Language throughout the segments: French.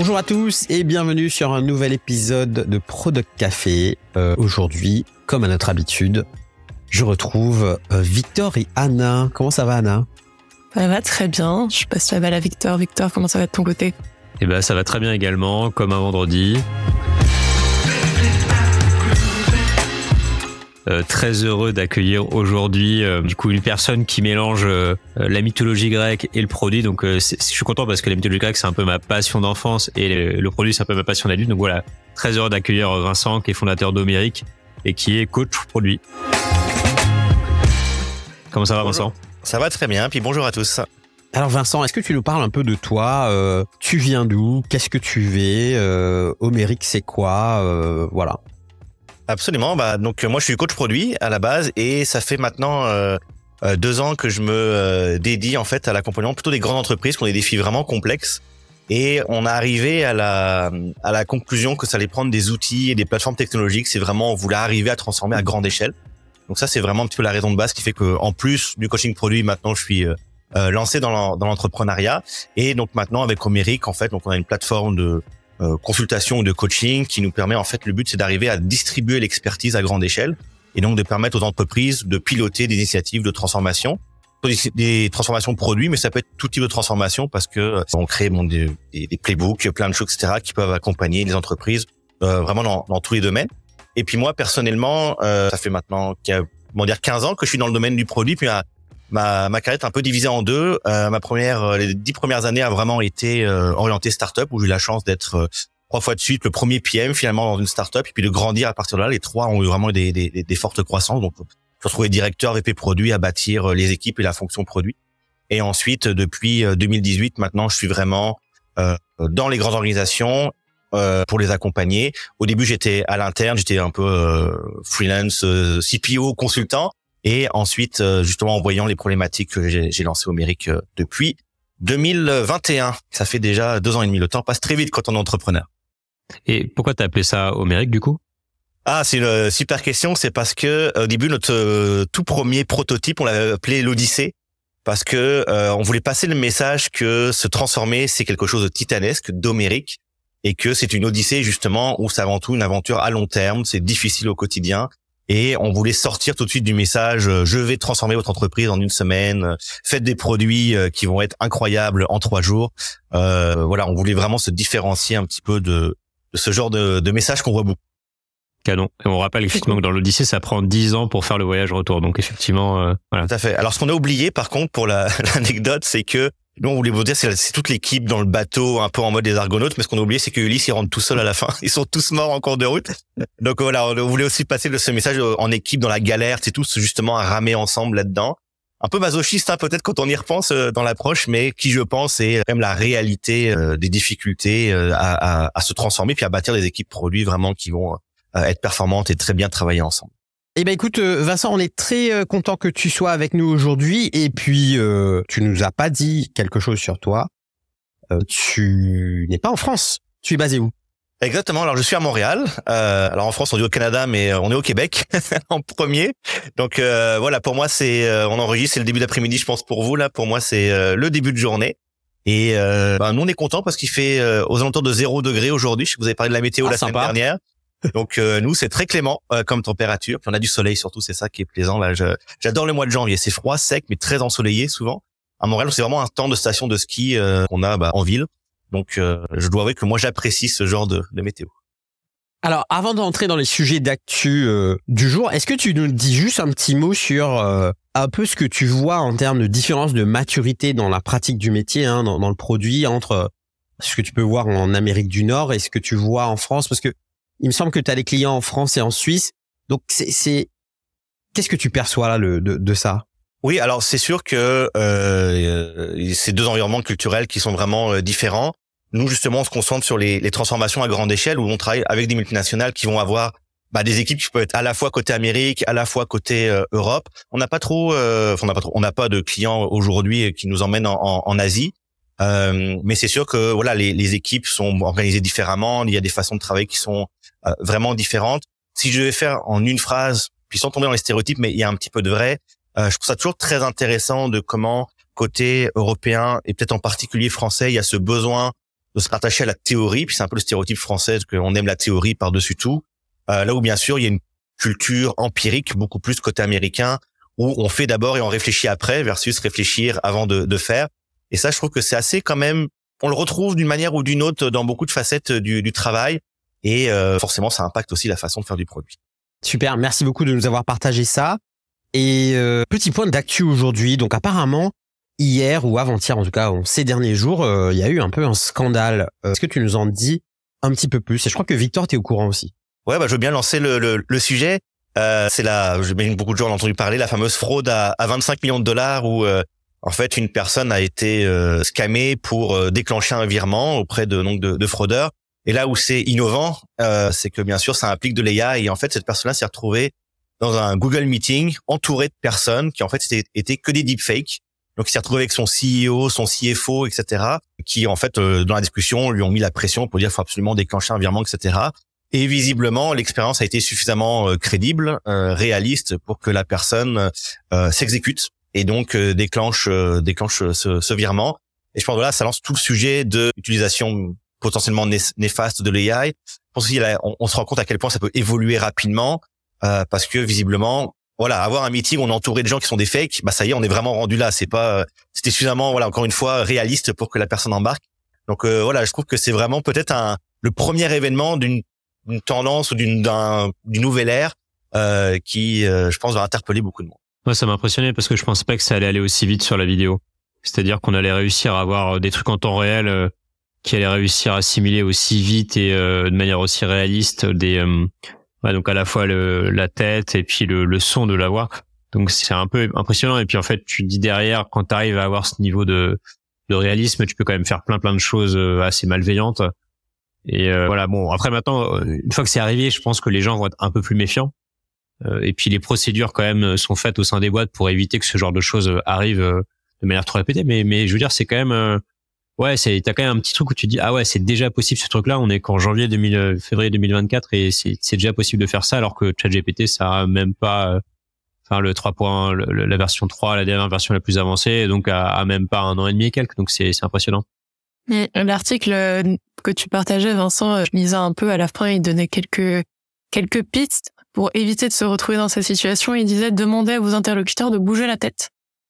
Bonjour à tous et bienvenue sur un nouvel épisode de Product Café. Aujourd'hui, comme à notre habitude, je retrouve Victor et Anna. Comment ça va, Anna ? Ça va très bien. Je sais pas si ça va la Victor. Victor, comment ça va de ton côté ? Eh ben, ça va très bien également, comme un vendredi. Très heureux d'accueillir aujourd'hui une personne qui mélange la mythologie grecque et le produit. Donc je suis content parce que la mythologie grecque c'est un peu ma passion d'enfance et le produit c'est un peu ma passion d'adulte. Donc voilà, très heureux d'accueillir Vincent qui est fondateur d'Omeric et qui est coach produit. Comment ça va, Vincent ? Ça va très bien, puis bonjour à tous. Alors Vincent, est-ce que tu nous parles un peu de toi ? Tu viens d'où ? Qu'est-ce que tu fais ? Omeric c'est quoi ? Voilà. Absolument. Donc moi je suis coach produit à la base et ça fait maintenant 2 ans que je me dédie en fait à l'accompagnement plutôt des grandes entreprises qui ont des défis vraiment complexes. Et on est arrivé à la conclusion que ça allait prendre des outils et des plateformes technologiques. C'est vraiment on voulait arriver à transformer à grande échelle. Donc ça c'est vraiment un petit peu la raison de base qui fait que en plus du coaching produit maintenant je suis lancé dans l'entrepreneuriat. Et donc maintenant avec Omeric en fait donc on a une plateforme de consultation ou de coaching qui nous permet en fait le but c'est d'arriver à distribuer l'expertise à grande échelle et donc de permettre aux entreprises de piloter des initiatives de transformation, des transformations de produits, mais ça peut être tout type de transformation parce que on crée des playbooks, plein de choses etc qui peuvent accompagner les entreprises vraiment dans tous les domaines. Et puis moi personnellement ça fait maintenant 15 ans que je suis dans le domaine du produit, puis ma carrière est un peu divisée en deux. Les 10 premières années a vraiment été orientée start-up où j'ai eu la chance d'être 3 fois de suite le premier PM finalement dans une start-up et puis de grandir à partir de là. Les 3 ont eu vraiment des fortes croissances. Donc je me suis retrouvé directeur VP produit à bâtir les équipes et la fonction produit. Et ensuite depuis 2018 maintenant je suis vraiment dans les grandes organisations pour les accompagner. Au début j'étais à l'interne, j'étais un peu freelance, CPO, consultant. Et ensuite, justement, en voyant les problématiques que j'ai lancé Omeric depuis 2021. Ça fait déjà 2 ans et demi. Le temps passe très vite quand on est entrepreneur. Et pourquoi t'as appelé ça Omeric du coup ? Ah, c'est une super question. C'est parce que au début, notre tout premier prototype, on l'avait appelé l'Odyssée. Parce que on voulait passer le message que se transformer, c'est quelque chose de titanesque, d'Omeric. Et que c'est une Odyssée, justement, où c'est avant tout une aventure à long terme. C'est difficile au quotidien. Et on voulait sortir tout de suite du message je vais transformer votre entreprise en 1 semaine, faites des produits qui vont être incroyables en 3 jours. Voilà, on voulait vraiment se différencier un petit peu de ce genre de message qu'on voit beaucoup. Canon. Et on rappelle effectivement que dans l'Odyssée, ça prend 10 ans pour faire le voyage retour. Donc effectivement, voilà. Tout à fait. Alors ce qu'on a oublié par contre pour l'anecdote, c'est que nous, on voulait vous dire, c'est toute l'équipe dans le bateau, un peu en mode des Argonautes, mais ce qu'on a oublié, c'est que Ulysse, il rentre tout seul à la fin. Ils sont tous morts en cours de route. Donc voilà, on voulait aussi passer ce message en équipe, dans la galère, c'est tous justement à ramer ensemble là-dedans. Un peu masochiste, hein, peut-être quand on y repense dans l'approche, mais qui, je pense, est quand même la réalité des difficultés à se transformer, puis à bâtir des équipes produits vraiment qui vont être performantes et très bien travailler ensemble. Eh ben écoute Vincent, on est très content que tu sois avec nous aujourd'hui et puis tu nous as pas dit quelque chose sur toi. Tu n'es pas en France. Tu es basé où ? Exactement. Alors je suis à Montréal. Alors en France on dit au Canada, mais on est au Québec en premier. Donc voilà, pour moi c'est on enregistre, c'est le début d'après-midi, je pense pour vous là. Pour moi c'est le début de journée. Et nous on est content parce qu'il fait aux alentours de 0 degré aujourd'hui. Je sais que vous avez parlé de la météo la semaine dernière. Donc nous c'est très clément comme température, puis on a du soleil surtout, c'est ça qui est plaisant là. J'adore le mois de janvier, c'est froid, sec mais très ensoleillé souvent. À Montréal, c'est vraiment un temps de station de ski qu'on a en ville. Donc je dois avouer que moi j'apprécie ce genre de météo. Alors avant d'entrer dans les sujets d'actu du jour, est-ce que tu nous dis juste un petit mot sur un peu ce que tu vois en termes de différence de maturité dans la pratique du métier, hein, dans le produit, entre ce que tu peux voir en Amérique du Nord et ce que tu vois en France, parce que il me semble que tu as des clients en France et en Suisse. Donc, qu'est-ce que tu perçois là de ça ? Oui, alors c'est sûr que c'est 2 environnements culturels qui sont vraiment différents. Nous, justement, on se concentre sur les transformations à grande échelle où on travaille avec des multinationales qui vont avoir des équipes qui peuvent être à la fois côté Amérique, à la fois côté Europe. On n'a pas de clients aujourd'hui qui nous emmènent en Asie. Mais c'est sûr que voilà, les équipes sont organisées différemment. Il y a des façons de travailler qui sont vraiment différentes. Si je vais faire en une phrase, puis sans tomber dans les stéréotypes, mais il y a un petit peu de vrai, je trouve ça toujours très intéressant de comment côté européen et peut-être en particulier français, il y a ce besoin de se rattacher à la théorie, puis c'est un peu le stéréotype français qu'on aime la théorie par-dessus tout. Là où bien sûr il y a une culture empirique beaucoup plus côté américain, où on fait d'abord et on réfléchit après versus réfléchir avant de faire. Et ça, je trouve que c'est assez quand même, on le retrouve d'une manière ou d'une autre dans beaucoup de facettes du travail. Et forcément, ça impacte aussi la façon de faire du produit. Super, merci beaucoup de nous avoir partagé ça. Et petit point d'actu aujourd'hui. Donc apparemment, hier ou avant-hier, en tout cas, ces derniers jours, il y a eu un peu un scandale. Est-ce que tu nous en dis un petit peu plus? Et je crois que Victor, t'es au courant aussi. Ouais, je veux bien lancer le sujet. C'est j'imagine beaucoup de gens ont entendu parler, la fameuse fraude à 25 millions de dollars où en fait une personne a été scammée pour déclencher un virement auprès de fraudeurs. Et là où c'est innovant, c'est que bien sûr ça implique de l'IA et en fait cette personne-là s'est retrouvée dans un Google Meeting entourée de personnes qui en fait étaient que des deepfakes. Donc il s'est retrouvé avec son CEO, son CFO, etc. qui en fait dans la discussion lui ont mis la pression pour dire faut absolument déclencher un virement, etc. Et visiblement l'expérience a été suffisamment crédible, réaliste pour que la personne s'exécute et donc déclenche ce virement. Et je pense que là ça lance tout le sujet de l'utilisation potentiellement néfaste de l'AI. Je pense aussi on se rend compte à quel point ça peut évoluer rapidement parce que visiblement voilà, avoir un meeting où on est entouré de gens qui sont des fakes, ça y est, on est vraiment rendu là, c'était suffisamment encore une fois réaliste pour que la personne embarque. Donc je trouve que c'est vraiment peut-être le premier événement d'une tendance ou d'une nouvelle ère qui je pense va interpeller beaucoup de monde. Moi ça m'a impressionné parce que je pensais pas que ça allait aller aussi vite sur la vidéo. C'est-à-dire qu'on allait réussir à avoir des trucs en temps réel qui allait réussir à simuler aussi vite et de manière aussi réaliste donc à la fois la tête et puis le son de la voix. Donc c'est un peu impressionnant et puis en fait tu te dis derrière quand tu arrives à avoir ce niveau de réalisme, tu peux quand même faire plein de choses assez malveillantes. Et après maintenant une fois que c'est arrivé, je pense que les gens vont être un peu plus méfiants. Et puis les procédures quand même sont faites au sein des boîtes pour éviter que ce genre de choses arrivent de manière trop répétée mais je veux dire c'est quand même t'as quand même un petit truc où tu te dis c'est déjà possible ce truc-là. On est qu'en février 2024 et c'est déjà possible de faire ça alors que ChatGPT ça a même pas le 3. La version 3, la dernière version la plus avancée, donc a même pas 1 an et demi et quelques. Donc c'est impressionnant. L'article que tu partageais, Vincent, je lisais un peu à la fin, il donnait quelques pistes pour éviter de se retrouver dans cette situation. Il disait demandez à vos interlocuteurs de bouger la tête.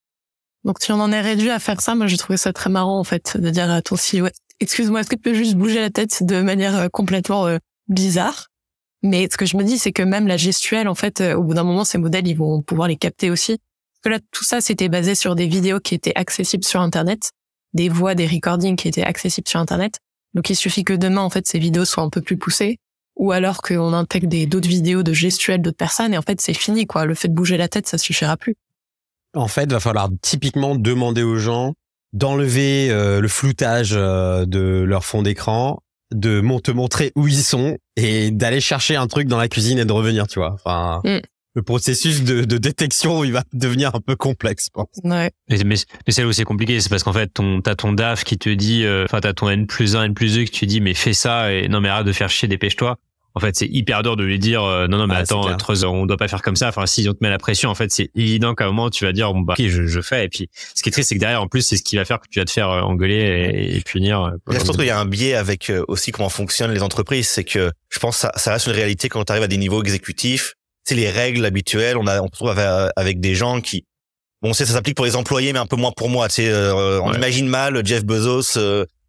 Donc si on en est réduit à faire ça, moi j'ai trouvé ça très marrant en fait, de dire à ton CEO excuse-moi, est-ce que tu peux juste bouger la tête de manière complètement bizarre. Mais ce que je me dis, c'est que même la gestuelle, en fait, au bout d'un moment, ces modèles, ils vont pouvoir les capter aussi. Parce que là, tout ça, c'était basé sur des vidéos qui étaient accessibles sur Internet, des voix, des recordings qui étaient accessibles sur Internet. Donc il suffit que demain, en fait, ces vidéos soient un peu plus poussées, ou alors qu'on intègre d'autres vidéos de gestuelles d'autres personnes, et en fait, c'est fini, quoi. Le fait de bouger la tête, ça suffira plus. En fait, va falloir typiquement demander aux gens d'enlever le floutage de leur fond d'écran, de te montrer où ils sont et d'aller chercher un truc dans la cuisine et de revenir, tu vois. Enfin, le processus de détection, il va devenir un peu complexe, je pense. Ouais. Mais c'est là où c'est compliqué, c'est parce qu'en fait, t'as ton DAF qui te dit, t'as ton N+1, N+2 qui te dit, mais fais ça et non, mais arrête de faire chier, dépêche-toi. En fait, c'est hyper dur de lui dire non mais attends, on doit pas faire comme ça. Enfin, si on te met la pression, en fait, c'est évident qu'à un moment tu vas dire ok, je fais. Et puis, ce qui est triste, c'est que derrière, en plus, c'est ce qui va faire que tu vas te faire engueuler et punir. Je pense qu'il y a un biais avec aussi comment fonctionnent les entreprises. C'est que je pense que ça reste une réalité quand tu arrives à des niveaux exécutifs. C'est les règles habituelles. On se retrouve avec des gens qui, bon, ça s'applique pour les employés, mais un peu moins pour moi. Tu sais, on imagine mal Jeff Bezos.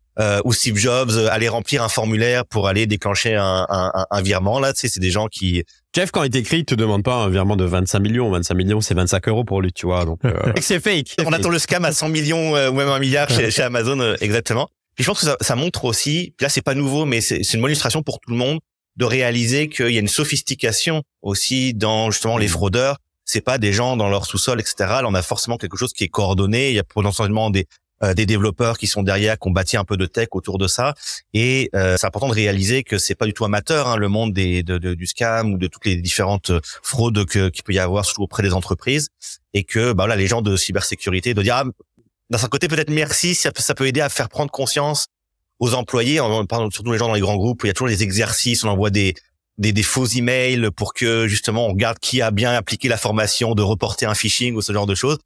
Ou Steve Jobs aller remplir un formulaire pour aller déclencher un virement. Là, tu sais, c'est des gens qui... Jeff, quand il t'écrit, il te demande pas un virement de 25 millions. 25 millions, c'est 25 € pour lui, tu vois. Donc, c'est fake. On attend le scam à 100 millions ou même 1 milliard chez Amazon, exactement. Puis je pense que ça montre aussi, là, c'est pas nouveau, mais c'est une bonne illustration pour tout le monde de réaliser qu'il y a une sophistication aussi dans justement les fraudeurs. C'est pas des gens dans leur sous-sol, etc. Là, on a forcément quelque chose qui est coordonné. Il y a potentiellement des développeurs qui sont derrière, qui ont bâti un peu de tech autour de ça, et c'est important de réaliser que c'est pas du tout amateur, le monde du scam ou de toutes les différentes fraudes qu'il peut y avoir surtout auprès des entreprises, et que les gens de cybersécurité de dire d'un certain côté peut-être merci, ça peut aider à faire prendre conscience aux employés, on parle surtout les gens dans les grands groupes, où il y a toujours des exercices, on envoie des faux emails pour que justement on regarde qui a bien appliqué la formation de reporter un phishing ou ce genre de choses.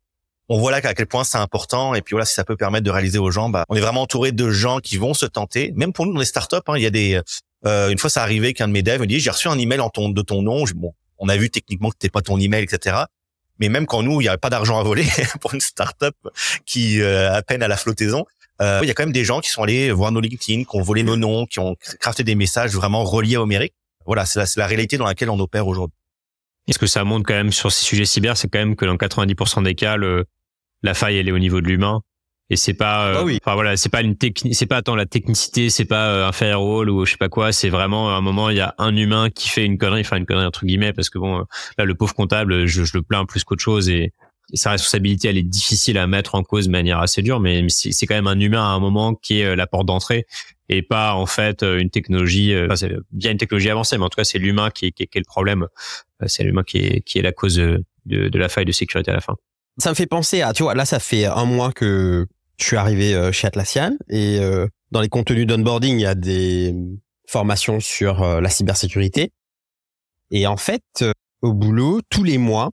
on voit là à quel point c'est important. Et puis voilà, si ça peut permettre de réaliser aux gens, on est vraiment entouré de gens qui vont se tenter. Même pour nous dans les startups, il y a des. Une fois, ça arrivait qu'un de mes devs me dit, j'ai reçu un email de ton nom. Bon, on a vu techniquement que c'était pas ton email, etc. Mais même quand nous, il y avait pas d'argent à voler pour une startup qui à peine à la flottaison, il y a quand même des gens qui sont allés voir nos LinkedIn, qui ont volé nos noms, qui ont crafté des messages vraiment reliés au numérique. Voilà, c'est la réalité dans laquelle on opère aujourd'hui. Et ce que ça montre quand même sur ces sujets cyber, c'est quand même que dans 90% des cas, la faille, elle est au niveau de l'humain. Et c'est pas, enfin voilà, c'est pas c'est pas tant la technicité, c'est pas un firewall ou je sais pas quoi, c'est vraiment à un moment, il y a un humain qui fait une connerie entre guillemets, parce que bon, là, le pauvre comptable, je le plains plus qu'autre chose et sa responsabilité, elle est difficile à mettre en cause de manière assez dure, mais c'est quand même un humain à un moment qui est la porte d'entrée et pas en fait une technologie, c'est bien une technologie avancée, mais en tout cas, c'est l'humain qui est le problème. C'est l'humain qui est la cause de la faille de sécurité à la fin. Ça me fait penser à, tu vois, là, ça fait un mois que je suis arrivé chez Atlassian et dans les contenus d'onboarding, il y a des formations sur la cybersécurité. Et en fait, au boulot, tous les mois,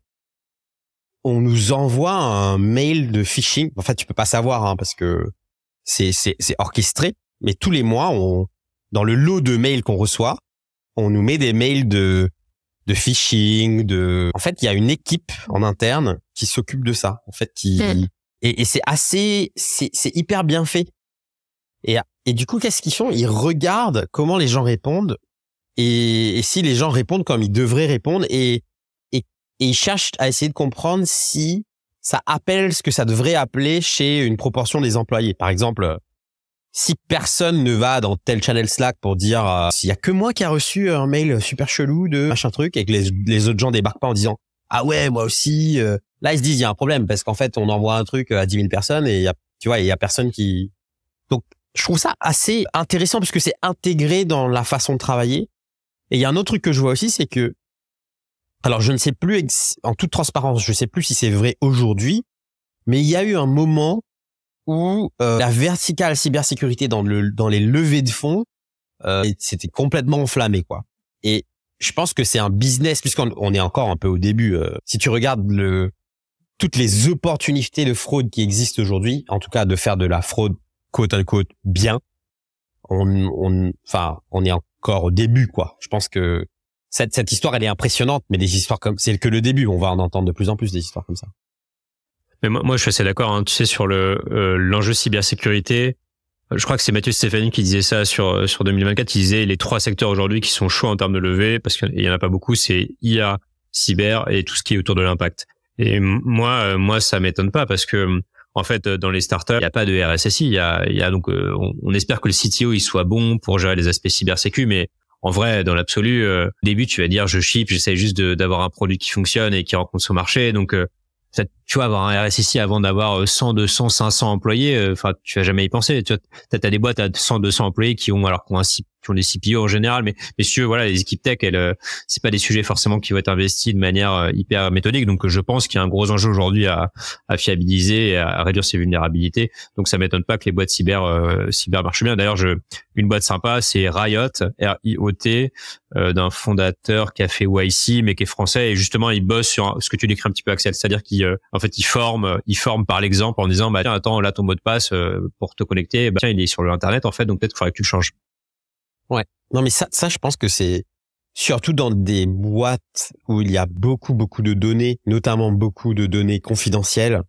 on nous envoie un mail de phishing. En fait, tu peux pas savoir parce que c'est orchestré. Mais tous les mois, dans le lot de mails qu'on reçoit, on nous met des mails de phishing. En fait, il y a une équipe en interne qui s'occupe de ça. En fait, et c'est hyper bien fait. Et du coup, qu'est-ce qu'ils font? Ils regardent comment les gens répondent et si les gens répondent comme ils devraient répondre et ils cherchent à essayer de comprendre si ça appelle ce que ça devrait appeler chez une proportion des employés. Par exemple, si personne ne va dans tel channel Slack pour dire s'il y a que moi qui a reçu un mail super chelou de machin truc et que les autres gens débarquent pas en disant ah ouais moi aussi, là ils se disent il y a un problème parce qu'en fait on envoie un truc à 10 000 personnes et il y a personne qui. Donc je trouve ça assez intéressant parce que c'est intégré dans la façon de travailler. Et il y a un autre truc que je vois aussi, c'est que alors je ne sais plus en toute transparence, je sais plus si c'est vrai aujourd'hui, mais il y a eu un moment où la verticale cybersécurité dans les levées de fonds, c'était complètement enflammé quoi. Et je pense que c'est un business puisqu'on est encore un peu au début. Si tu regardes toutes les opportunités de fraude qui existent aujourd'hui, en tout cas de faire de la fraude quote unquote bien, on est encore au début quoi. Je pense que cette histoire elle est impressionnante, mais des histoires comme c'est que le début. On va en entendre de plus en plus des histoires comme ça. Mais moi je suis assez d'accord. Tu sais sur l'enjeu cybersécurité. Je crois que c'est Mathieu Stéphanie qui disait ça sur 2024. Il disait les 3 secteurs aujourd'hui qui sont chauds en termes de levée, parce qu'il y en a pas beaucoup, c'est IA, cyber et tout ce qui est autour de l'impact. Et moi ça m'étonne pas parce que en fait dans les startups il y a pas de RSSI. Il y a donc on espère que le CTO il soit bon pour gérer les aspects cybersécu, mais en vrai dans l'absolu au début tu vas dire je ship, j'essaie juste d'avoir un produit qui fonctionne et qui rencontre son marché. Donc tu vois, avoir un RSSI avant d'avoir 100, 200, 500 employés, tu vas jamais y penser. Tu vois, t'as des boîtes à 100, 200 employés qui ont des CPO en général, mais si tu veux, voilà, les équipes tech, c'est pas des sujets forcément qui vont être investis de manière hyper méthodique. Donc, je pense qu'il y a un gros enjeu aujourd'hui à fiabiliser et à réduire ses vulnérabilités. Donc, ça m'étonne pas que les boîtes cyber marchent bien. D'ailleurs, une boîte sympa, c'est Riot, R-I-O-T, d'un fondateur qui a fait YC, mais qui est français. Et justement, il bosse sur ce que tu décris un petit peu, Axel. C'est-à-dire qu'il forme par l'exemple en disant, tiens, attends, là, ton mot de passe, pour te connecter, tiens, il est sur l'internet, en fait, donc peut-être qu'il faudrait que tu le changes. Ouais. Non, mais ça, je pense que c'est surtout dans des boîtes où il y a beaucoup, beaucoup de données, notamment beaucoup de données confidentielles,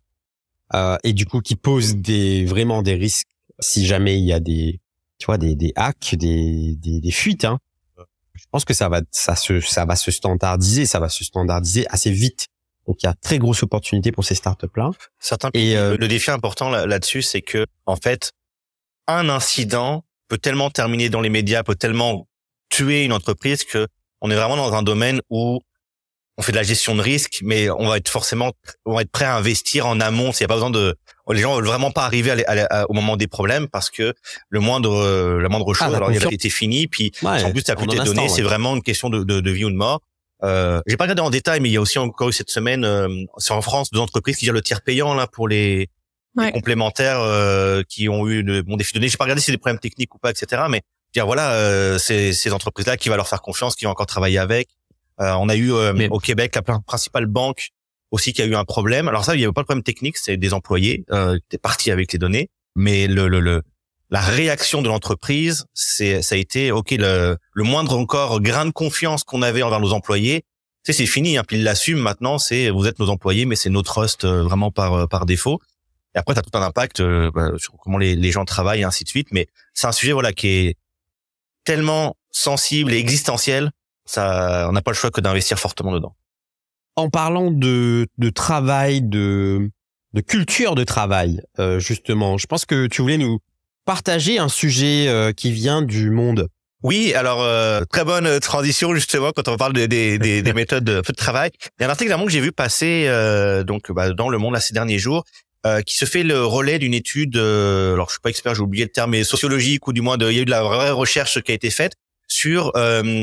et du coup, qui posent vraiment des risques si jamais il y a des hacks, des fuites, hein. Je pense que ça va se standardiser assez vite. Donc, il y a très grosse opportunité pour ces startups-là. Le défi important là-dessus, c'est que, en fait, un incident peut tellement terminer dans les médias, peut tellement tuer une entreprise que on est vraiment dans un domaine où on fait de la gestion de risque, mais on va être prêt à investir en amont. S'il y a pas besoin les gens veulent vraiment pas arriver au moment des problèmes parce que la moindre chose, alors il a été fini, puis en plus t'as plus tes données, c'est vraiment une question de vie ou de mort. J'ai pas regardé en détail, mais il y a aussi encore eu cette semaine, c'est en France, 2 entreprises qui gèrent le tiers payant là pour les complémentaires qui ont eu des défis de données. J'ai pas regardé si c'est des problèmes techniques ou pas, etc. Mais dire voilà, ces entreprises-là qui va leur faire confiance, qui va encore travailler avec. On a eu au Québec la principale banque aussi qu'il y a eu un problème. Alors ça, il y avait pas de problème technique, c'est des employés qui étaient partis avec les données, mais la réaction de l'entreprise, ça a été OK, le moindre encore grain de confiance qu'on avait envers nos employés, c'est fini, hein. Puis ils l'assument maintenant, vous êtes nos employés, mais c'est nos trusts vraiment par défaut. Et après, t'as tout un impact sur comment les gens travaillent et ainsi de suite. Mais c'est un sujet qui est tellement sensible et existentiel, on n'a pas le choix que d'investir fortement dedans. En parlant de travail, de culture de travail, justement, je pense que tu voulais nous partager un sujet qui vient du monde. Oui, alors très bonne transition justement quand on parle des méthodes de travail. Il y a un article également que j'ai vu passer dans Le Monde ces derniers jours qui se fait le relais d'une étude. Alors je suis pas expert, j'ai oublié le terme, mais sociologique ou du moins il y a eu de la vraie recherche qui a été faite sur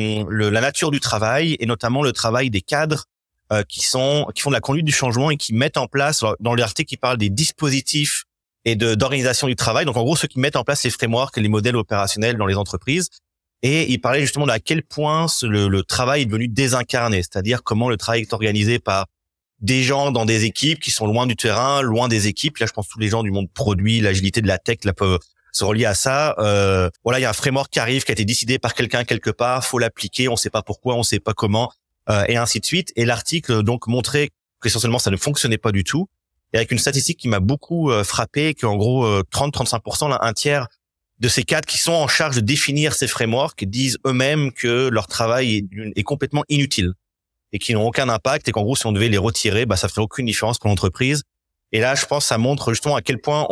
la nature du travail et notamment le travail des cadres qui font de la conduite du changement et qui mettent en place, dans l'article qui parle des dispositifs et d'organisation du travail. Donc en gros ceux qui mettent en place les frameworks et les modèles opérationnels dans les entreprises. Et il parlait justement à quel point le travail est devenu désincarné, c'est-à-dire comment le travail est organisé par des gens dans des équipes qui sont loin du terrain, loin des équipes. Là, je pense que tous les gens du monde produit, l'agilité de la tech, là, peuvent se relier à ça. Il y a un framework qui arrive, qui a été décidé par quelqu'un quelque part, faut l'appliquer, on sait pas pourquoi, on sait pas comment, et ainsi de suite. Et l'article donc montrait qu'essentiellement ça ne fonctionnait pas du tout. Et avec une statistique qui m'a beaucoup frappé, qu'en gros 30-35%, un tiers de ces cadres qui sont en charge de définir ces frameworks disent eux-mêmes que leur travail est complètement inutile et qu'ils n'ont aucun impact et qu'en gros, si on devait les retirer, ça ferait aucune différence pour l'entreprise. Et là, je pense que ça montre justement à quel point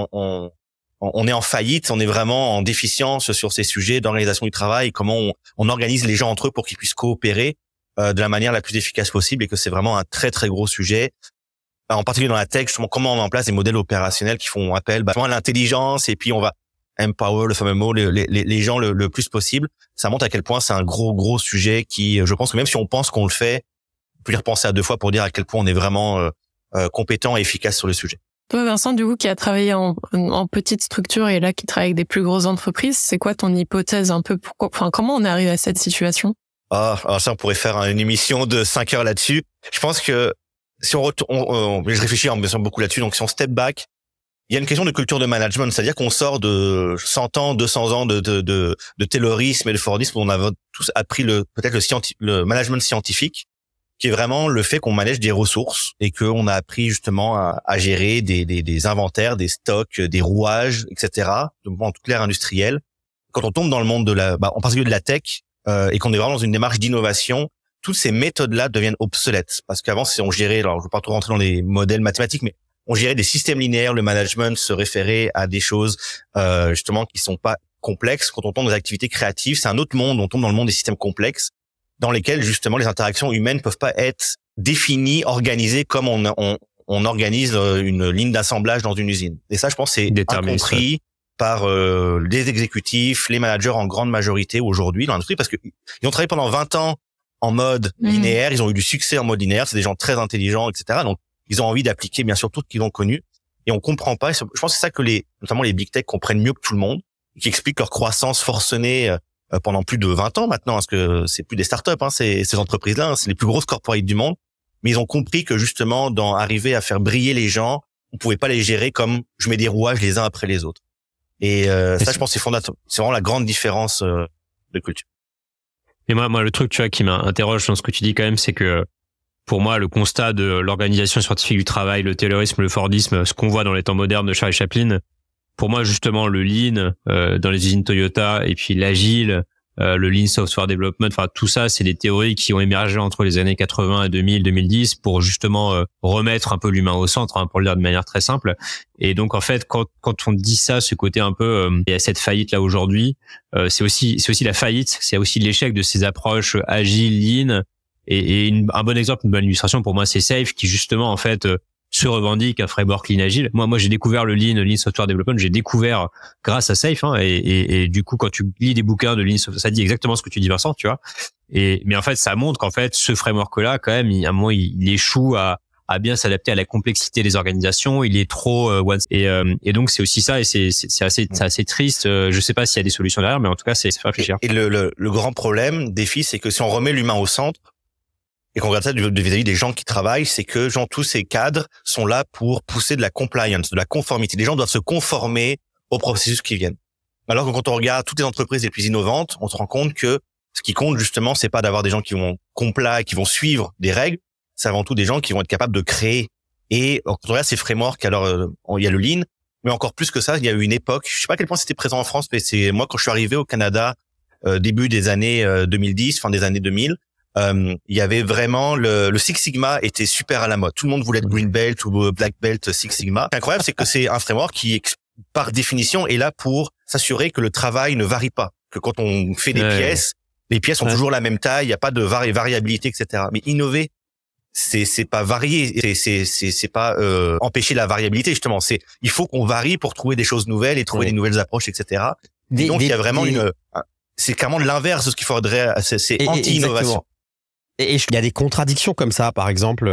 on est en faillite, on est vraiment en déficience sur ces sujets d'organisation du travail, comment on organise les gens entre eux pour qu'ils puissent coopérer de la manière la plus efficace possible et que c'est vraiment un très, très gros sujet. En particulier dans la tech, justement, comment on met en place des modèles opérationnels qui font appel à l'intelligence et puis on va empower, le fameux mot, les gens le plus possible. Ça montre à quel point c'est un gros sujet qui, je pense que même si on pense qu'on le fait, on peut y repenser à deux fois pour dire à quel point on est vraiment compétent et efficace sur le sujet. Toi, Vincent, du coup, qui a travaillé en petite structure et là qui travaille avec des plus grosses entreprises, c'est quoi ton hypothèse un peu comment on est arrivé à cette situation? Alors ça, on pourrait faire une émission de 5 heures là-dessus. Je pense que si je réfléchis en me beaucoup là-dessus, donc si on step back, il y a une question de culture de management, c'est-à-dire qu'on sort de 100 ans, 200 ans de taylorisme et de fordisme où on a tous appris le management scientifique, qui est vraiment le fait qu'on manage des ressources et qu'on a appris justement à gérer des inventaires, des stocks, des rouages, etc. En toute l'ère industrielle. Quand on tombe dans le monde en particulier de la tech, et qu'on est vraiment dans une démarche d'innovation, toutes ces méthodes-là deviennent obsolètes. Parce qu'avant, si on gérait, alors je ne veux pas trop rentrer dans les modèles mathématiques, mais on gérait des systèmes linéaires, le management se référait à des choses justement qui sont pas complexes. Quand on tombe dans des activités créatives, c'est un autre monde, on tombe dans le monde des systèmes complexes, dans lesquels justement les interactions humaines peuvent pas être définies, organisées comme on organise une ligne d'assemblage dans une usine. Et ça, je pense, c'est incompris par les exécutifs, les managers en grande majorité aujourd'hui dans l'industrie, parce que ils ont travaillé pendant 20 ans en mode linéaire, ils ont eu du succès en mode linéaire, c'est des gens très intelligents, etc. Donc ils ont envie d'appliquer bien sûr tout ce qu'ils ont connu, et on comprend pas. Je pense que c'est ça que notamment les big tech comprennent mieux que tout le monde, qui expliquent leur croissance forcenée pendant plus de 20 ans maintenant, parce que c'est plus des startups, ces entreprises-là, c'est les plus grosses corporates du monde. Mais ils ont compris que justement, dans arriver à faire briller les gens, on pouvait pas les gérer comme je mets des rouages les uns après les autres. Et ça, je pense, c'est fondateur. C'est vraiment la grande différence de culture. Et moi, le truc, tu vois, qui m'interroge dans ce que tu dis quand même, c'est que pour moi, le constat de l'organisation scientifique du travail, le taylorisme, le fordisme, ce qu'on voit dans les temps modernes de Charlie Chaplin, pour moi, justement, le lean dans les usines Toyota et puis l'agile, le lean software development, enfin tout ça, c'est des théories qui ont émergé entre les années 80 et 2000, 2010 pour justement remettre un peu l'humain au centre, pour le dire de manière très simple. Et donc en fait, quand on dit ça, ce côté un peu, il y a cette faillite là aujourd'hui, c'est aussi la faillite, c'est aussi l'échec de ces approches agiles, lean. Et un bon exemple, une bonne illustration pour moi, c'est Safe qui justement en fait se revendique un framework lean agile. Moi j'ai découvert le lean software development, j'ai découvert grâce à Safe, et du coup quand tu lis des bouquins de lean software, ça dit exactement ce que tu dis, Vincent, tu vois. Mais en fait ça montre qu'en fait ce framework là quand même, à un moment il échoue à bien s'adapter à la complexité des organisations, il est trop et donc c'est aussi ça, et c'est assez triste. Je sais pas s'il y a des solutions derrière, mais en tout cas c'est réfléchir. Et le grand problème, défi, c'est que si on remet l'humain au centre, et qu'on regarde ça vis-à-vis des gens qui travaillent, c'est que tous ces cadres sont là pour pousser de la compliance, de la conformité. Les gens doivent se conformer aux processus qui viennent. Alors que quand on regarde toutes les entreprises les plus innovantes, on se rend compte que ce qui compte justement, c'est pas d'avoir des gens qui vont comply, qui vont suivre des règles, c'est avant tout des gens qui vont être capables de créer. Et quand on regarde ces frameworks, alors il y a le Lean, mais encore plus que ça, il y a eu une époque, je sais pas à quel point c'était présent en France, mais c'est moi quand je suis arrivé au Canada début des années 2010, fin des années 2000, il y avait vraiment le Six Sigma était super à la mode. Tout le monde voulait être Green Belt ou Black Belt Six Sigma. Ce qui est incroyable, c'est que c'est un framework qui, par définition, est là pour s'assurer que le travail ne varie pas, que quand on fait des pièces, les pièces ont toujours la même taille, il n'y a pas de variabilité, etc. Mais innover, c'est pas varier, c'est pas empêcher la variabilité justement. Il faut qu'on varie pour trouver des choses nouvelles et trouver des nouvelles approches, etc. Donc il y a vraiment c'est carrément l'inverse de ce qu'il faudrait. C'est anti-innovation. Et il y a des contradictions comme ça. Par exemple,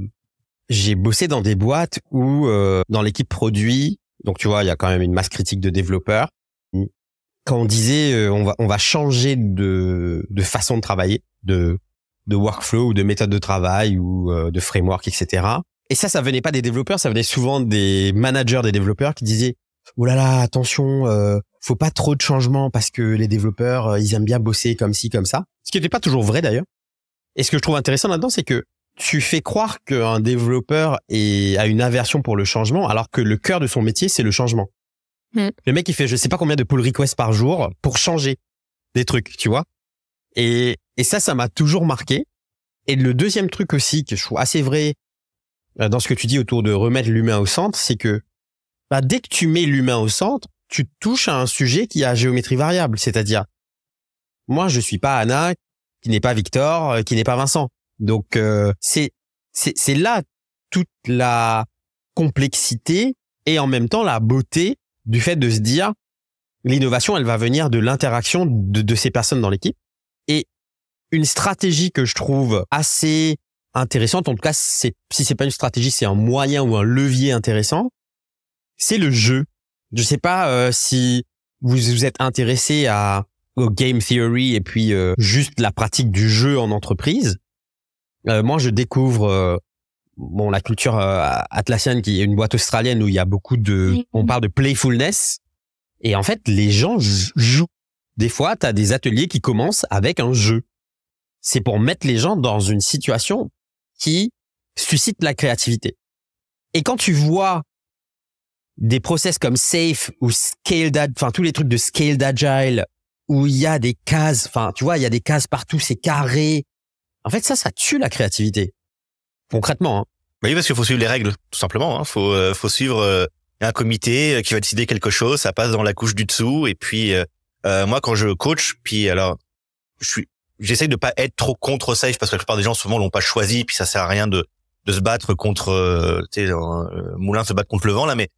j'ai bossé dans des boîtes où dans l'équipe produit, donc tu vois, il y a quand même une masse critique de développeurs. Quand on disait on va changer de façon de travailler, de workflow ou de méthode de travail ou de framework, etc. Et ça venait pas des développeurs, ça venait souvent des managers des développeurs qui disaient oh là là, attention, faut pas trop de changements parce que les développeurs ils aiment bien bosser comme ci comme ça. Ce qui n'était pas toujours vrai d'ailleurs. Et ce que je trouve intéressant là-dedans, c'est que tu fais croire qu'un développeur a une aversion pour le changement, alors que le cœur de son métier c'est le changement. Le mec il fait je sais pas combien de pull requests par jour pour changer des trucs, tu vois. Et ça m'a toujours marqué. Et le deuxième truc aussi que je trouve assez vrai dans ce que tu dis autour de remettre l'humain au centre, c'est que dès que tu mets l'humain au centre, tu touches à un sujet qui a géométrie variable. C'est-à-dire, moi, je suis pas Anna, qui n'est pas Victor, qui n'est pas Vincent. Donc, c'est là toute la complexité et en même temps la beauté du fait de se dire l'innovation, elle va venir de l'interaction de ces personnes dans l'équipe. Et une stratégie que je trouve assez intéressante, en tout cas, si c'est pas une stratégie, c'est un moyen ou un levier intéressant, c'est le jeu. Je sais pas si vous êtes intéressé au game theory et puis juste la pratique du jeu en entreprise. Moi, je découvre la culture Atlassian, qui est une boîte australienne où il y a beaucoup on parle de playfulness. Et en fait, les gens jouent. Des fois, tu as des ateliers qui commencent avec un jeu. C'est pour mettre les gens dans une situation qui suscite la créativité. Et quand tu vois des process comme Safe ou Scaled, tous les trucs de Scaled Agile, où il y a des cases, tu vois, il y a des cases partout, c'est carré. En fait, ça tue la créativité. Concrètement, hein. Oui, parce qu'il faut suivre les règles, tout simplement. Faut suivre un comité qui va décider quelque chose, ça passe dans la couche du dessous. Et puis, moi, quand je coach, puis alors, j'essaie de pas être trop contre Safe parce que la plupart des gens souvent l'ont pas choisi, puis ça sert à rien de se battre contre, moulin se battre contre le vent là, mais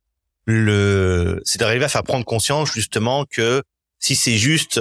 c'est d'arriver à faire prendre conscience justement que si c'est juste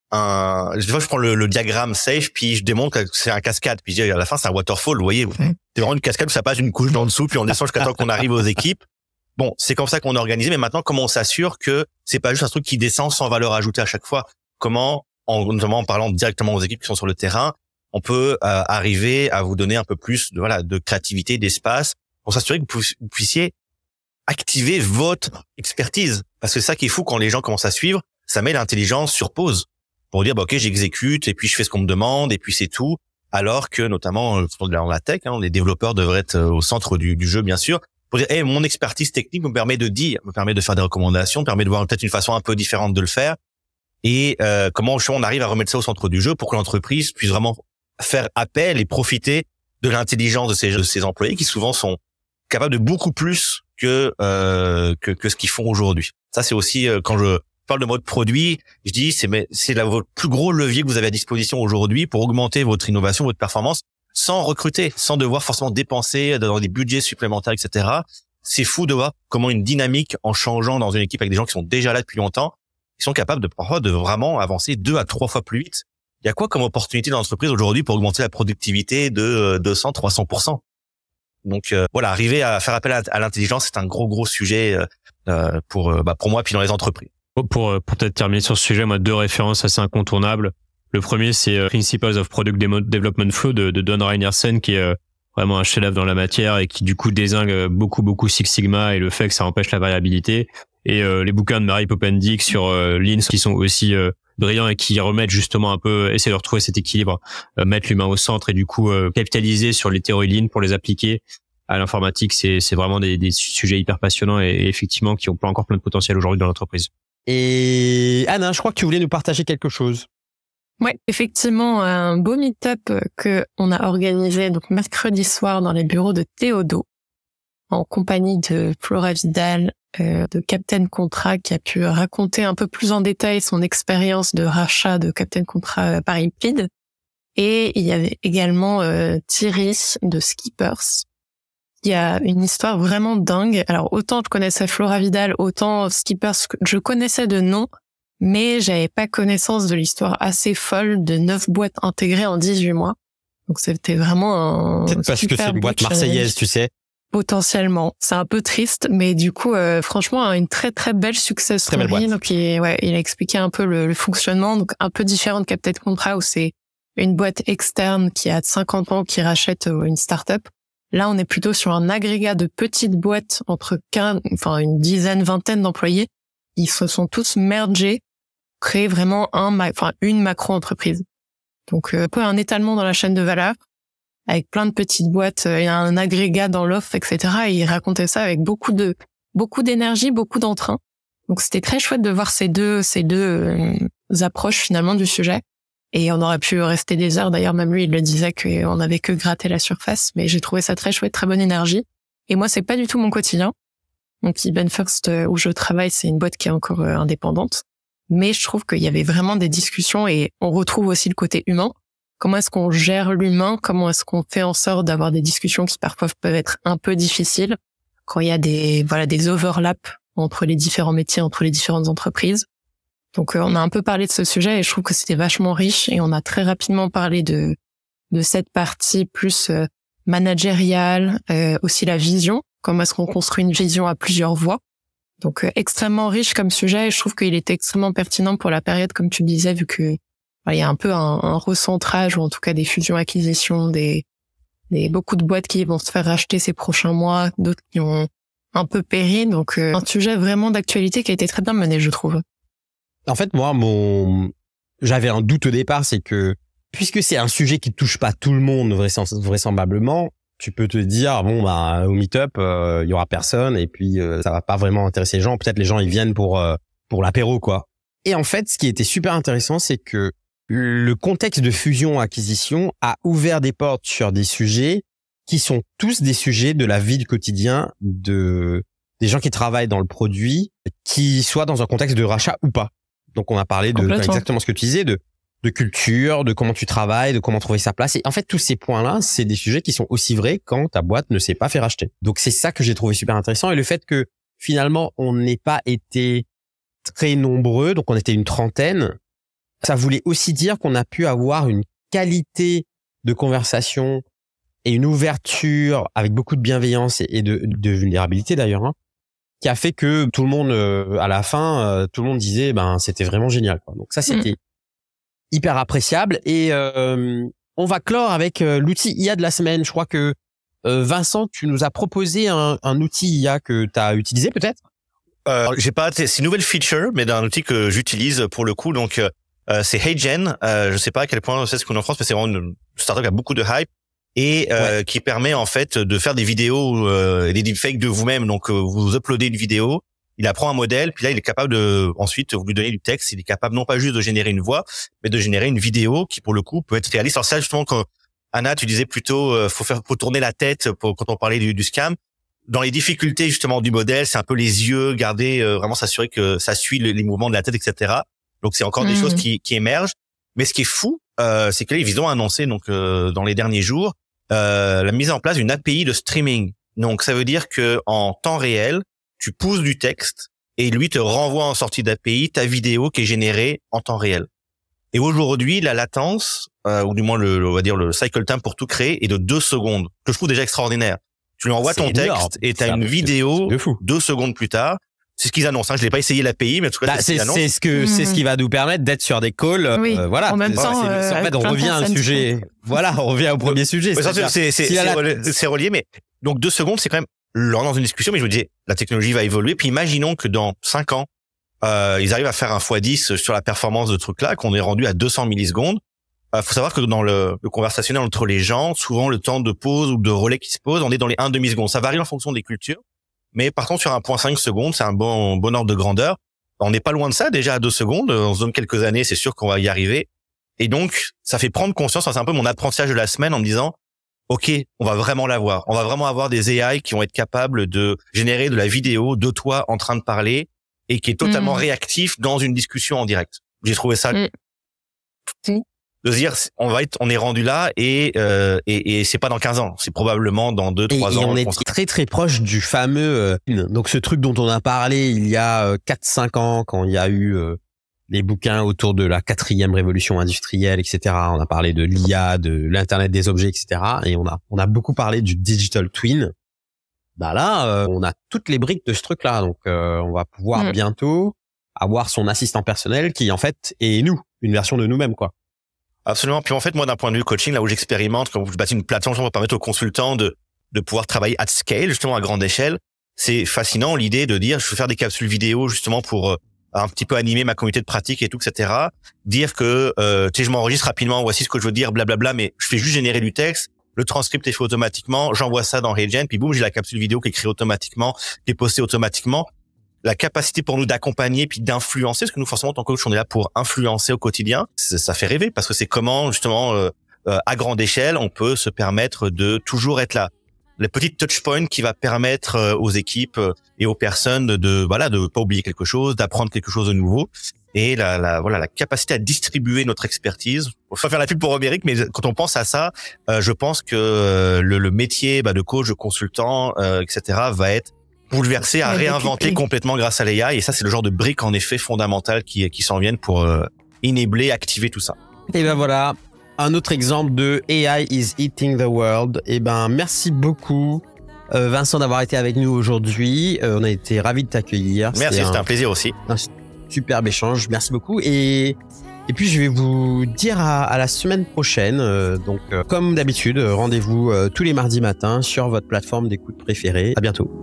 des fois je prends le diagramme Safe puis je démontre que c'est un cascade puis je dis à la fin c'est un waterfall, vous voyez, c'est vraiment une cascade où ça passe une couche dans le dessous puis on descend jusqu'à temps qu'on arrive aux équipes. Bon, c'est comme ça qu'on est organisé, mais maintenant comment on s'assure que c'est pas juste un truc qui descend sans valeur ajoutée à chaque fois? Comment, notamment en parlant directement aux équipes qui sont sur le terrain, on peut arriver à vous donner un peu plus de créativité, d'espace pour s'assurer que vous puissiez activer votre expertise. Parce que c'est ça qui est fou quand les gens commencent à suivre, ça met l'intelligence sur pause pour dire ok, j'exécute et puis je fais ce qu'on me demande et puis c'est tout. Alors que notamment dans la tech, les développeurs devraient être au centre du jeu bien sûr, pour dire mon expertise technique me permet de faire des recommandations, me permet de voir peut-être une façon un peu différente de le faire. Et comment on arrive à remettre ça au centre du jeu pour que l'entreprise puisse vraiment faire appel et profiter de l'intelligence de ses employés qui souvent sont capables de beaucoup plus que ce qu'ils font aujourd'hui. Ça c'est aussi quand je parle de mode produit, je dis c'est votre plus gros levier que vous avez à disposition aujourd'hui pour augmenter votre innovation, votre performance sans recruter, sans devoir forcément dépenser dans des budgets supplémentaires, etc. C'est fou de voir comment une dynamique en changeant dans une équipe avec des gens qui sont déjà là depuis longtemps, ils sont capables de vraiment avancer 2 à 3 fois plus vite. Il y a quoi comme opportunité dans l'entreprise aujourd'hui pour augmenter la productivité de 200-300%? Donc arriver à faire appel à l'intelligence, c'est un gros sujet pour moi puis dans les entreprises. Pour peut-être terminer sur ce sujet, moi 2 références assez incontournables. Le premier, c'est Principles of Product Development Flow de Don Reinerson, qui est vraiment un chef-d'œuvre dans la matière et qui du coup dézingue beaucoup Six Sigma et le fait que ça empêche la variabilité. Et les bouquins de Mary Poppendieck sur Lean qui sont aussi brillants et qui remettent justement un peu, essayer de retrouver cet équilibre, mettre l'humain au centre et du coup capitaliser sur les théories Lean pour les appliquer à l'informatique. C'est vraiment des sujets hyper passionnants et effectivement qui ont encore plein de potentiel aujourd'hui dans l'entreprise. Et Anna, je crois que tu voulais nous partager quelque chose. Ouais, effectivement, un beau meet-up que on a organisé donc mercredi soir dans les bureaux de Théodo en compagnie de Flora Vidal, de Captain Contra, qui a pu raconter un peu plus en détail son expérience de rachat de Captain Contra par Impid. Et il y avait également Thierry de Skippers. Il y a une histoire vraiment dingue. Alors autant je connaissais Flora Vidal, autant Skippers je connaissais de nom, mais j'avais pas connaissance de l'histoire assez folle de 9 boîtes intégrées en 18 mois. Donc c'était vraiment un peut-être parce que c'est une boîte marseillaise, tu sais. Potentiellement. C'est un peu triste, mais du coup, franchement, une très très belle success story. Très belle boîte. Donc il a expliqué un peu le fonctionnement, donc un peu différent de Captain Contra où c'est une boîte externe qui a 50 ans qui rachète une start-up. Là, on est plutôt sur un agrégat de petites boîtes entre une dizaine, vingtaine d'employés. Ils se sont tous mergés, créer vraiment une macro-entreprise. Donc, un peu un étalement dans la chaîne de valeur, avec plein de petites boîtes, il y a un agrégat dans l'offre, etc. Et il racontait ça avec beaucoup d'énergie, beaucoup d'entrain. Donc, c'était très chouette de voir ces deux approches finalement du sujet. Et on aurait pu rester des heures. D'ailleurs, même lui, il le disait qu'on n'avait que gratté la surface. Mais j'ai trouvé ça très chouette, très bonne énergie. Et moi, c'est pas du tout mon quotidien. Donc, Even First, où je travaille, c'est une boîte qui est encore indépendante. Mais je trouve qu'il y avait vraiment des discussions et on retrouve aussi le côté humain. Comment est-ce qu'on gère l'humain? Comment est-ce qu'on fait en sorte d'avoir des discussions qui parfois peuvent être un peu difficiles quand il y a des overlaps entre les différents métiers, entre les différentes entreprises. Donc, on a un peu parlé de ce sujet et je trouve que c'était vachement riche et on a très rapidement parlé de cette partie plus managériale, aussi la vision. Comment est-ce qu'on construit une vision à plusieurs voies? Donc, extrêmement riche comme sujet et je trouve qu'il était extrêmement pertinent pour la période, comme tu le disais, vu que il y a un peu un recentrage ou en tout cas des fusions-acquisitions, beaucoup de boîtes qui vont se faire racheter ces prochains mois, d'autres qui ont un peu péri. Donc, un sujet vraiment d'actualité qui a été très bien mené, je trouve. En fait, moi, j'avais un doute au départ, c'est que puisque c'est un sujet qui touche pas tout le monde vraisemblablement, tu peux te dire au meet-up, il y aura personne et puis ça va pas vraiment intéresser les gens. Peut-être les gens ils viennent pour l'apéro quoi. Et en fait, ce qui était super intéressant, c'est que le contexte de fusion-acquisition a ouvert des portes sur des sujets qui sont tous des sujets de la vie du quotidien des gens qui travaillent dans le produit, qui soient dans un contexte de rachat ou pas. Donc, on a parlé de exactement ce que tu disais, de culture, de comment tu travailles, de comment trouver sa place. Et en fait, tous ces points-là, c'est des sujets qui sont aussi vrais quand ta boîte ne s'est pas fait racheter. Donc, c'est ça que j'ai trouvé super intéressant. Et le fait que, finalement, on n'ait pas été très nombreux, donc on était une trentaine, ça voulait aussi dire qu'on a pu avoir une qualité de conversation et une ouverture avec beaucoup de bienveillance et de vulnérabilité d'ailleurs, qui a fait que tout le monde, à la fin, tout le monde disait, c'était vraiment génial, quoi. Donc ça, c'était hyper appréciable. Et on va clore avec l'outil IA de la semaine. Je crois que Vincent, tu nous as proposé un outil IA que tu as utilisé peut-être. J'ai pas, c'est une nouvelle feature, mais d'un outil que j'utilise pour le coup. Donc c'est HeyGen. Je sais pas à quel point c'est ce qu'on en France, mais c'est vraiment une startup qui a beaucoup de hype. Et qui permet en fait de faire des vidéos et des deepfakes de vous-même. Donc vous uploadez une vidéo, il apprend un modèle, puis là il est capable de ensuite vous lui donner du texte. Il est capable non pas juste de générer une voix, mais de générer une vidéo qui pour le coup peut être réaliste. Alors ça justement quand Anna tu disais plutôt faut tourner la tête quand on parlait du scam. Dans les difficultés justement du modèle, c'est un peu les yeux, garder vraiment s'assurer que ça suit les mouvements de la tête, etc. Donc c'est encore des choses qui émergent. Mais ce qui est fou, c'est que là ils ont annoncé donc dans les derniers jours la mise en place d'une API de streaming. Donc ça veut dire que en temps réel, tu pousses du texte et lui te renvoie en sortie d'API ta vidéo qui est générée en temps réel. Et aujourd'hui, la latence ou du moins on va dire le cycle time pour tout créer est de 2 secondes, que je trouve déjà extraordinaire. Tu lui envoies ton texte et tu as une vidéo 2 secondes plus tard. C'est ce qu'ils annoncent. Je l'ai pas essayé l'API, mais en tout cas, c'est ce qui va nous permettre d'être sur des calls. Oui. Voilà. En même temps, en fait, on revient à un sujet. Voilà, on revient au premier sujet. C'est relié, mais donc 2 secondes, c'est quand même lent dans une discussion. Mais je me disais, la technologie va évoluer. Puis imaginons que dans 5 ans, ils arrivent à faire un x10 sur la performance de ce truc-là, qu'on est rendu à 200 millisecondes. Faut savoir que dans le conversationnel entre les gens, souvent le temps de pause ou de relais qui se pose, on est dans les 1 demi-seconde. Ça varie en fonction des cultures. Mais partons sur 1.5 secondes, c'est un bon ordre de grandeur. On n'est pas loin de ça, déjà à 2 secondes. On se donne quelques années, c'est sûr qu'on va y arriver. Et donc, ça fait prendre conscience, c'est un peu mon apprentissage de la semaine en me disant, OK, on va vraiment l'avoir. On va vraiment avoir des AI qui vont être capables de générer de la vidéo de toi en train de parler et qui est totalement réactif dans une discussion en direct. J'ai trouvé ça fou. De se dire, on est rendu là et c'est pas dans 15 ans, c'est probablement dans 2-3 ans. Et on est très très proche du fameux, donc ce truc dont on a parlé il y a 4-5 ans quand il y a eu les bouquins autour de la 4e révolution industrielle, etc. On a parlé de l'IA, de l'internet des objets, etc. Et on a beaucoup parlé du digital twin. Bah là, on a toutes les briques de ce truc-là, donc on va pouvoir bientôt avoir son assistant personnel qui en fait est nous, une version de nous-mêmes, quoi. Absolument. Puis en fait, moi, d'un point de vue coaching, là où j'expérimente, quand je bâtis une plateforme pour permettre aux consultants de pouvoir travailler at scale, justement à grande échelle, c'est fascinant l'idée de dire, je veux faire des capsules vidéo justement pour un petit peu animer ma communauté de pratique et tout, etc. Dire que, tu sais, je m'enregistre rapidement, voici ce que je veux dire, blablabla, mais je fais juste générer du texte, le transcript est fait automatiquement, j'envoie ça dans Regen, puis boum, j'ai la capsule vidéo qui est créée automatiquement, qui est postée automatiquement. La capacité pour nous d'accompagner puis d'influencer, parce que nous forcément en tant que coach on est là pour influencer au quotidien, ça fait rêver parce que c'est comment justement à grande échelle on peut se permettre de toujours être là, le petit touch point qui va permettre aux équipes et aux personnes de pas oublier quelque chose, d'apprendre quelque chose de nouveau et la capacité à distribuer notre expertise. Faut pas faire la pub pour Roméric, mais quand on pense à ça, je pense que le métier de coach, de consultant, etc. va être bouleversé, à réinventer complètement grâce à l'AI. Et ça, c'est le genre de briques, en effet, fondamentales qui s'en viennent pour enabler, activer tout ça. Et ben voilà, un autre exemple de AI is eating the world. Et ben, merci beaucoup, Vincent, d'avoir été avec nous aujourd'hui. On a été ravis de t'accueillir. Merci, c'était un plaisir aussi. Un superbe échange. Merci beaucoup. Et puis, je vais vous dire à la semaine prochaine. Donc, comme d'habitude, rendez-vous tous les mardis matins sur votre plateforme d'écoute préférée. À bientôt.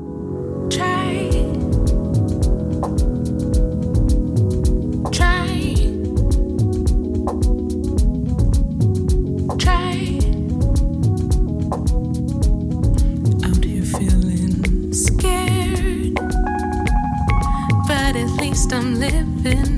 I'm living